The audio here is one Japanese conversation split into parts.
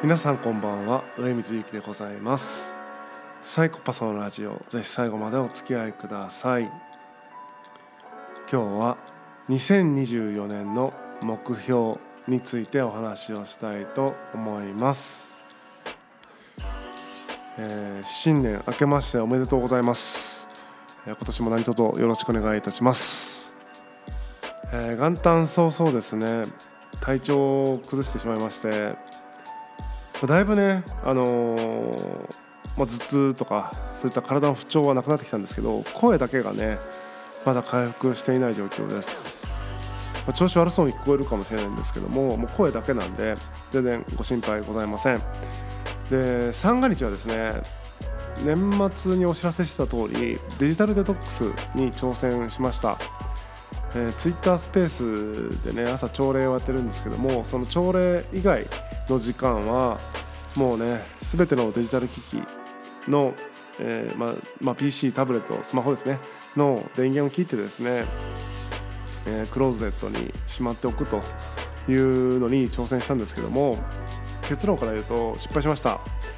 皆さんこんばんは、上水ゆきでございます。サイコパスのラジオ、ぜひ最後までお付き合いください。今日は2024年の目標についてお話をしたいと思います。新年明けましておめでとうございます。今年も何卒よろしくお願いいたします。元旦早々ですね、体調を崩してしまいまして、だいぶね、頭痛とかそういった体の不調はなくなってきたんですけど、声だけがねまだ回復していない状況です。調子悪そうに聞こえるかもしれないんですけども、もう声だけなんで全然ご心配ございません。で、三が日はですね、年末にお知らせしてた通りデジタルデトックスに挑戦しました。ツイッタースペースでね、朝朝礼をやってるんですけども、その朝礼以外の時間はもうね、全てのデジタル機器の、PC、タブレット、スマホですねの電源を切ってですね、クローゼットにしまっておくというのに挑戦したんですけども、結論から言うと失敗しました。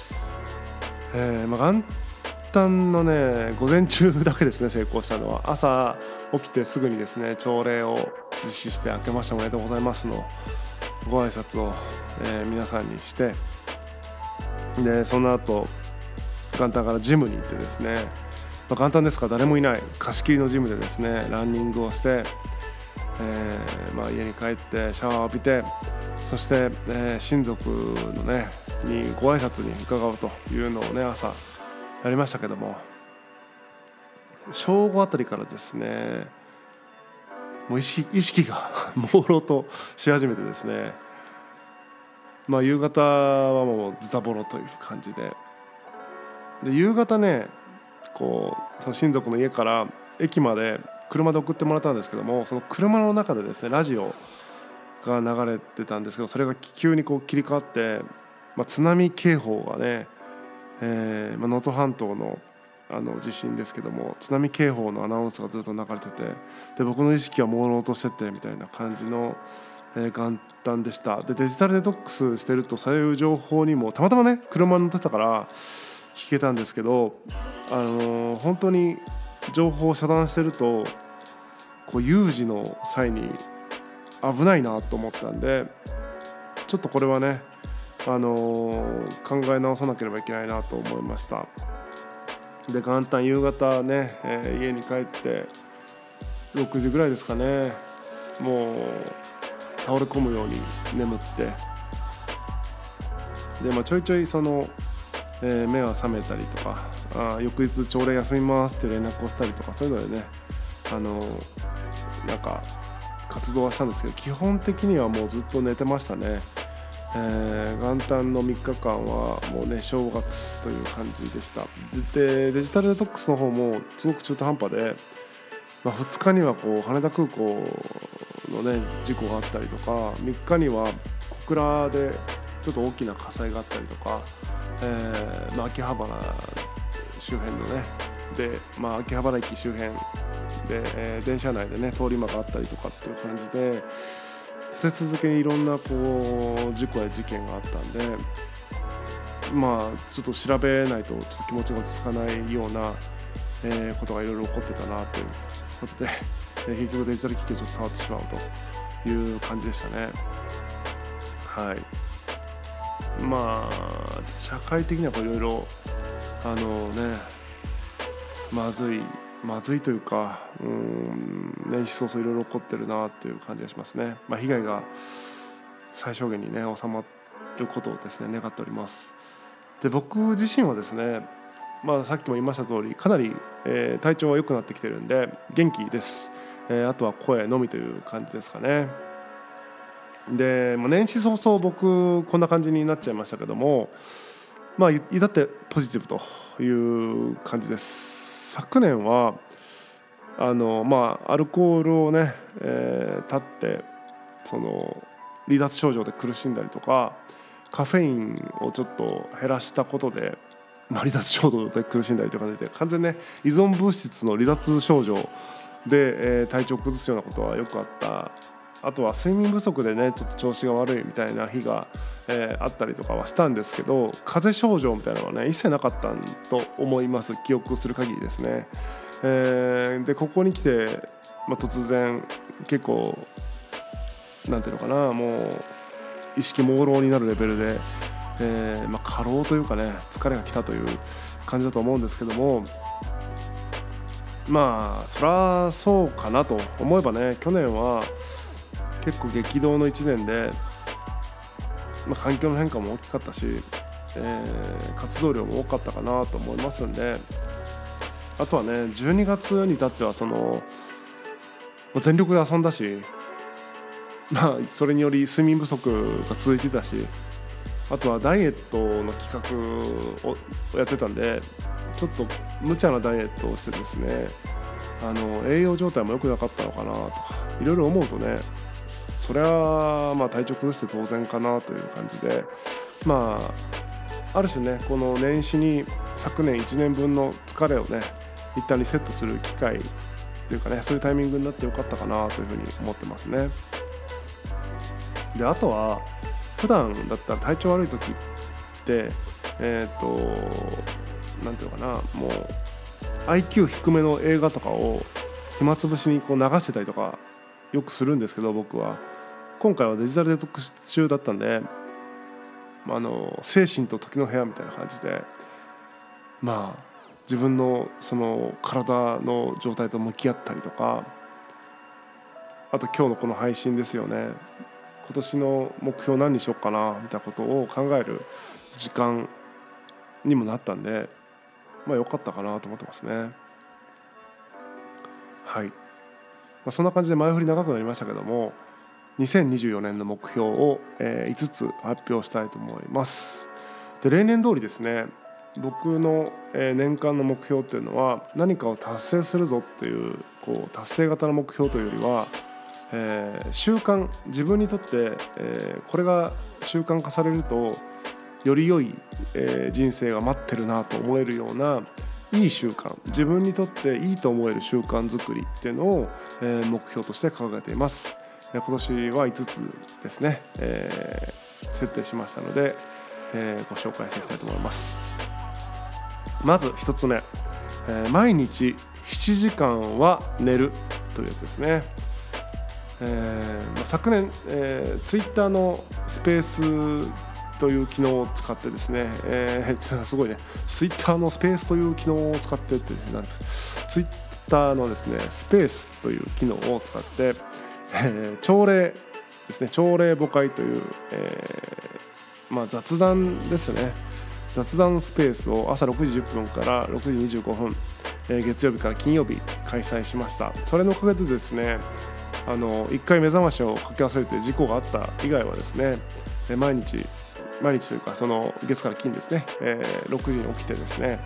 元旦のね午前中だけですね、成功したのは。朝起きてすぐにですね、朝礼を実施して明けましておめでとうございますのご挨拶を、皆さんにして、でその後元旦からジムに行ってですね、元旦ですから誰もいない貸し切りのジムでですねランニングをして、家に帰ってシャワーを浴びて、そして、親族のねにご挨拶に伺うというのをね朝やりましたけども、正午あたりからですね、もう意識が朦朧とし始めてですね、夕方はもうズタボロという感じで、夕方ね、その親族の家から駅まで車で送ってもらったんですけども、その車の中でですねラジオが流れてたんですけど、それが急に切り替わって、津波警報がね、能登半島の地震ですけども、津波警報のアナウンスがずっと流れてて、で僕の意識は朦朧としててみたいな感じの、元旦でした。でデジタルデトックスしてると、そういう情報にもたまたまね車に乗ってたから聞けたんですけど、本当に情報を遮断してると有事の際に危ないなと思ったんで、ちょっとこれはね、考え直さなければいけないなと思いました。で元旦夕方ね、家に帰って6時ぐらいですかね、もう倒れ込むように眠って、で、ちょいちょい目が覚めたりとか、翌日朝礼休みますって連絡をしたりとか、そういうのでね活動はしたんですけど、基本的にはもうずっと寝てましたね。元旦の3日間はもうね正月という感じでした。でデジタルデトックスの方もすごく中途半端で、2日には羽田空港のね事故があったりとか、3日には小倉でちょっと大きな火災があったりとか、秋葉原周辺のねで、秋葉原駅周辺で、電車内でね通り魔があったりとかっていう感じで、立て続けにいろんな事故や事件があったんで、ちょっと調べないとちょっと気持ちが落ち着かないような、ことがいろいろ起こってたなということで、結局デジタル機器をちょっと触ってしまうという感じでしたね。はい。社会的にはいろいろまずいというか、年始早々いろいろ起こってるなという感じがしますね。被害が最小限にね収まることをですね願っております。で僕自身はですね、さっきも言いました通りかなり、体調は良くなってきてるんで元気です。あとは声のみという感じですかね。で年始早々僕こんな感じになっちゃいましたけども、至ってポジティブという感じです。昨年はアルコールをね、断って離脱症状で苦しんだりとか、カフェインをちょっと減らしたことで、離脱症状で苦しんだりという感じで、完全にね依存物質の離脱症状で、体調を崩すようなことはよくあったあとは睡眠不足でねちょっと調子が悪いみたいな日が、あったりとかはしたんですけど、風邪症状みたいなのはね一切なかったと思います。記憶する限りですね。でここに来て、突然結構なんていうのかな、もう意識朦朧になるレベルで、過労というかね疲れが来たという感じだと思うんですけども、そりゃそうかなと思えばね、去年は結構激動の1年で、環境の変化も大きかったし、活動量も多かったかなと思いますんで、あとはね12月に至っては全力で遊んだし、それにより睡眠不足が続いてたし、あとはダイエットの企画をやってたんで、ちょっと無茶なダイエットをしてですね、栄養状態も良くなかったのかなとかいろいろ思うとね、それは体調崩して当然かなという感じで、ある種ねこの年始に昨年1年分の疲れをね一旦リセットする機会というかね、そういうタイミングになってよかったかなというふうに思ってますね。であとは普段だったら体調悪い時ってなんていうのかな、もう IQ 低めの映画とかを暇つぶしに流してたりとかよくするんですけど、僕は今回はデジタルデトックス中だったんで、精神と時の部屋みたいな感じで、自分のその体の状態と向き合ったりとか、あと今日のこの配信ですよね、今年の目標何にしようかなみたいなことを考える時間にもなったんで、良かったかなと思ってますね。はい、そんな感じで前振り長くなりましたけども、2024年の目標を、5つ発表したいと思います。で例年通りですね、僕の、年間の目標っていうのは何かを達成するぞっていう、達成型の目標というよりは、習慣、自分にとって、これが習慣化されるとより良い、人生が待ってるなと思えるようないい習慣、自分にとっていいと思える習慣作りっていうのを、目標として掲げています。今年は5つですね、設定しましたので、ご紹介していきたいと思います。まず1つ目、毎日7時間は寝るというやつですね。昨年、ツイッターのスペースという機能を使ってですね、すごいね、ツイッターのスペースという機能を使ってってツイッターのですねスペースという機能を使って、朝礼ですね、朝礼母会という、雑談ですよね、雑談スペースを朝6時10分から6時25分、月曜日から金曜日開催しました。それのおかげでですね、1回目覚ましをかけ忘れて事故があった以外はですね、毎日というかその月から金ですね、6時に起きてですね、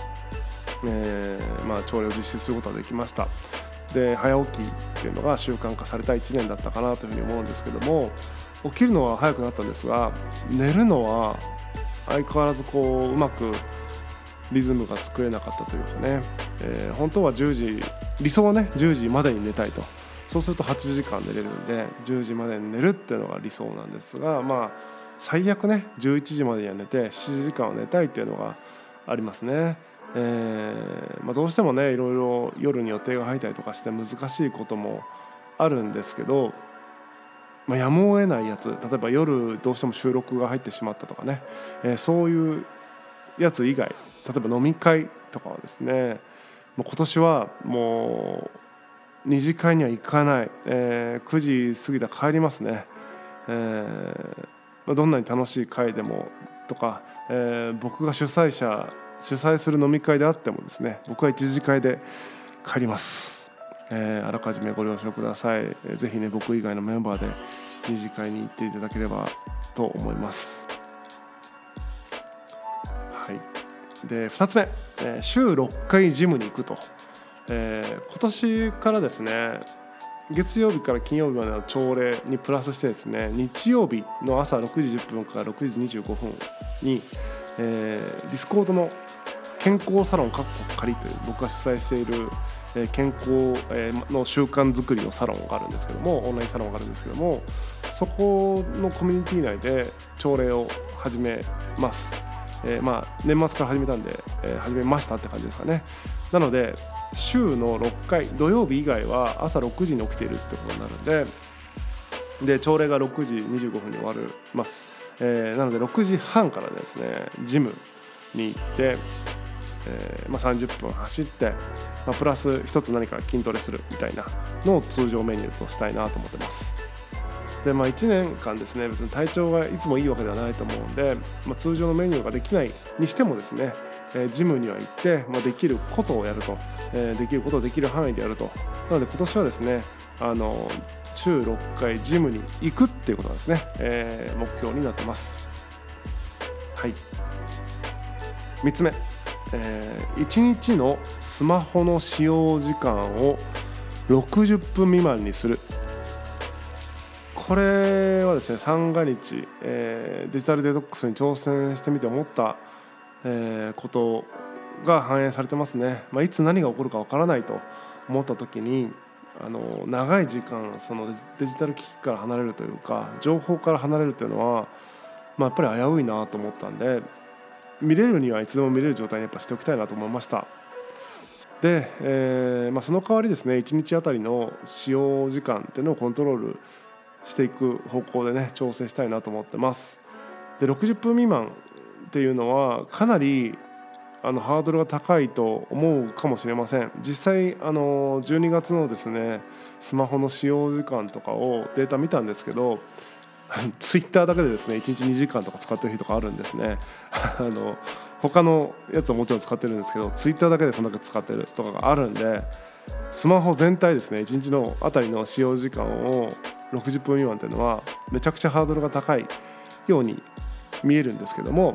朝礼を実施することができました。で早起きっていうのが習慣化された1年だったかなというふうに思うんですけども、起きるのは早くなったんですが、寝るのは相変わらずうまくリズムが作れなかったというかね、本当は10時、理想はね10時までに寝たいと。そうすると8時間寝れるんで10時までに寝るっていうのが理想なんですが、最悪ね11時までには寝て7時間は寝たいっていうのがありますね。どうしてもねいろいろ夜に予定が入ったりとかして難しいこともあるんですけど、やむを得ないやつ、例えば夜どうしても収録が入ってしまったとかね、そういうやつ以外、例えば飲み会とかはですね、今年はもう2次会には行かない、9時過ぎたら帰りますね。どんなに楽しい会でもとか、僕が主催する飲み会であってもですね、僕は1次会で帰ります。あらかじめご了承ください。ぜひね僕以外のメンバーで2次会に行っていただければと思います。はい。で2つ目、週6回ジムに行くと。今年からですね、月曜日から金曜日までの朝礼にプラスしてですね、日曜日の朝6時10分から6時25分に、ディスコードの健康サロン仮という僕が主催している健康の習慣づくりのサロンがあるんですけども、オンラインサロンがあるんですけども、そこのコミュニティ内で朝礼を始めます。年末から始めたんで、始めましたって感じですかね。なので週の6回、土曜日以外は朝6時に起きているってことになるんで、朝礼が6時25分に終わります。なので6時半からですねジムに行って、30分走って、プラス一つ何か筋トレするみたいなのを通常メニューとしたいなと思ってます。で1年間ですね、別に体調がいつもいいわけではないと思うんで、通常のメニューができないにしてもですね、ジムには行って、できることをやると、できることをできる範囲でやると。なので今年はですね週6回ジムに行くっていうことがですね、目標になってます。はい。3つ目、1日のスマホの使用時間を60分未満にする。これはですね三が日、デジタルデトックスに挑戦してみて思った、ことが反映されてますね。いつ何が起こるかわからないと思った時に長い時間そのデジタル機器から離れるというか情報から離れるというのは、やっぱり危ういなと思ったんで、見れるにはいつでも見れる状態にやっぱしておきたいなと思いました。で、その代わりですね1日あたりの使用時間っていうのをコントロールしていく方向でね調整したいなと思ってます。で60分未満っていうのはかなりハードルが高いと思うかもしれません。実際12月のですねスマホの使用時間とかをデータ見たんですけどツイッターだけでですね1日2時間とか使ってる日とかあるんですね他のやつはもちろん使ってるんですけどツイッターだけでそんだけ使ってるとかがあるんで、スマホ全体ですね1日のあたりの使用時間を60分未満っていうのはめちゃくちゃハードルが高いように見えるんですけども、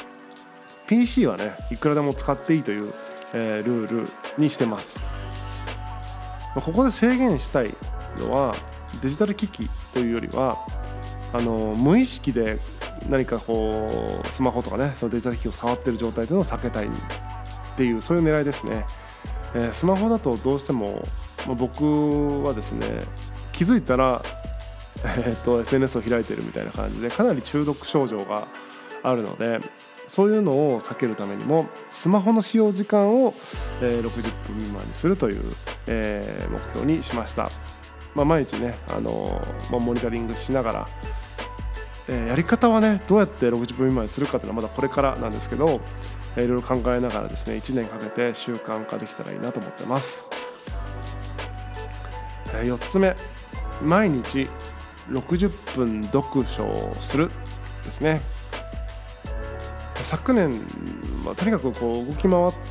PC はねいくらでも使っていいという、ルールにしてます。ここで制限したいのはデジタル機器というよりは無意識で何かスマホとかねそのデジタル機器を触っている状態というのを避けたいっていうそういう狙いですね。スマホだとどうしても、僕はですね気づいたら、SNS を開いてるみたいな感じでかなり中毒症状があるので、そういうのを避けるためにもスマホの使用時間を、60分未満にするという、目標にしました。毎日ね、モニタリングしながら、やり方はねどうやって60分未満にするかというのはまだこれからなんですけど、いろいろ考えながらですね1年かけて習慣化できたらいいなと思ってます。4つ目、毎日60分読書をするですね。昨年、とにかく動き回って、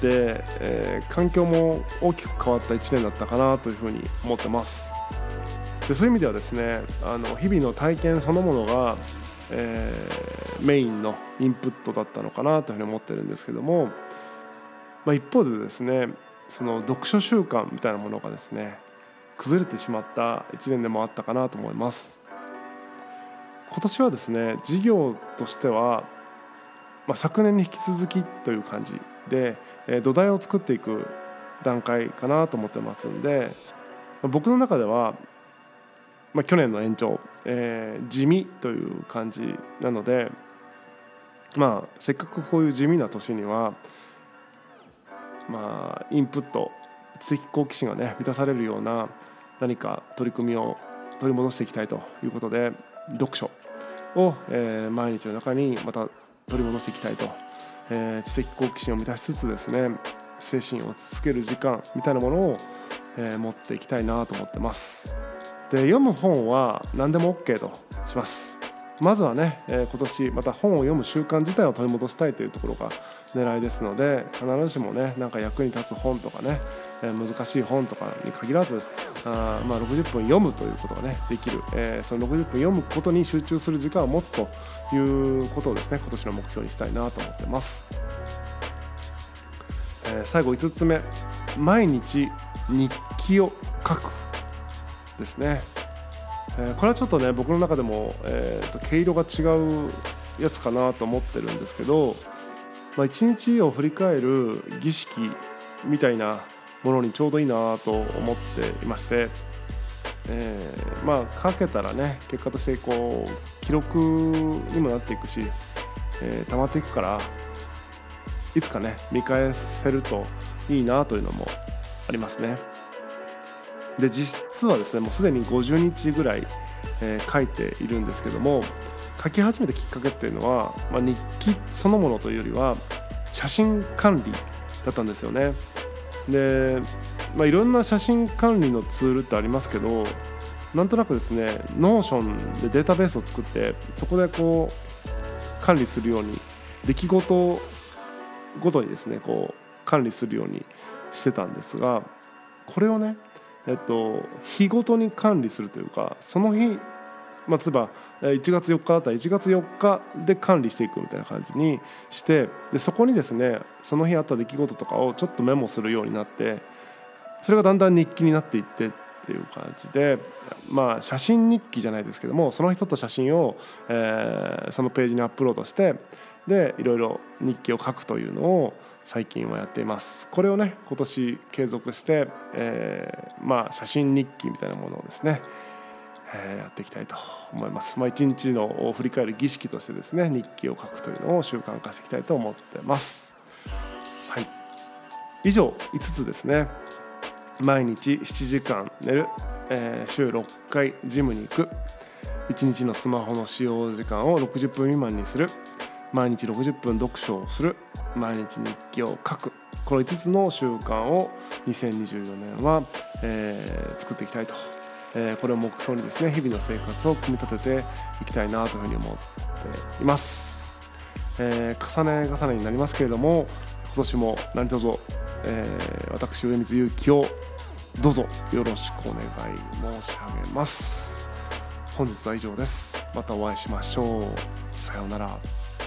環境も大きく変わった1年だったかなというふうに思ってます。でそういう意味ではですね日々の体験そのものが、メインのインプットだったのかなというふうに思ってるんですけども、一方でですねその読書習慣みたいなものがですね崩れてしまった1年でもあったかなと思います。今年はですね事業としては、昨年に引き続きという感じで、土台を作っていく段階かなと思ってますんで、僕の中では、去年の延長、地味という感じなので、せっかくこういう地味な年には、インプット知的好奇心がね満たされるような何か取り組みを取り戻していきたいということで読書を、毎日の中にまた取り戻していきたいと、知的好奇心を満たしつつですね精神を落ち着ける時間みたいなものを、持っていきたいなと思ってます。で読む本は何でも OK とします。まずはね、今年また本を読む習慣自体を取り戻したいというところが狙いですので、必ずしもねなんか役に立つ本とかね、難しい本とかに限らず60分読むということがねできる、その60分読むことに集中する時間を持つということをですね今年の目標にしたいなと思ってます。最後5つ目、毎日日記を書くですね。これはちょっとね僕の中でも、毛色が違うやつかなと思ってるんですけど、 一日を振り返る儀式みたいなものにちょうどいいなと思っていまして、書けたらね結果としてこう記録にもなっていくし、溜まっていくからいつかね見返せるといいなというのもありますね。で実はですねもうすでに50日ぐらい、書いているんですけども、書き始めたきっかけっていうのは、日記そのものというよりは写真管理だったんですよね。で、いろんな写真管理のツールってありますけど、なんとなくですねノーションでデータベースを作ってそこでこう管理するように、出来事ごとにですねこう管理するようにしてたんですが、これをね日ごとに管理するというか、その日、例えば1月4日だったら1月4日で管理していくみたいな感じにして、でそこにですねその日あった出来事とかをちょっとメモするようになって、それがだんだん日記になっていってっていう感じで、写真日記じゃないですけども、その人と写真を、そのページにアップロードして、でいろいろ日記を書くというのを最近はやっています。これをね今年継続して、写真日記みたいなものをですね、やっていきたいと思います。一日の振り返る儀式としてですね日記を書くというのを習慣化していきたいと思ってます。はい、以上5つですね。毎日7時間寝る、週6回ジムに行く、1日のスマホの使用時間を60分未満にする、毎日60分読書をする、毎日日記を書く、この5つの習慣を2024年は、作っていきたいと、これを目標にですね日々の生活を組み立てていきたいなというふうに思っています。重ね重ねになりますけれども、今年も何卒、私上水祐希をどうぞよろしくお願い申し上げます。本日は以上です。またお会いしましょう。さようなら。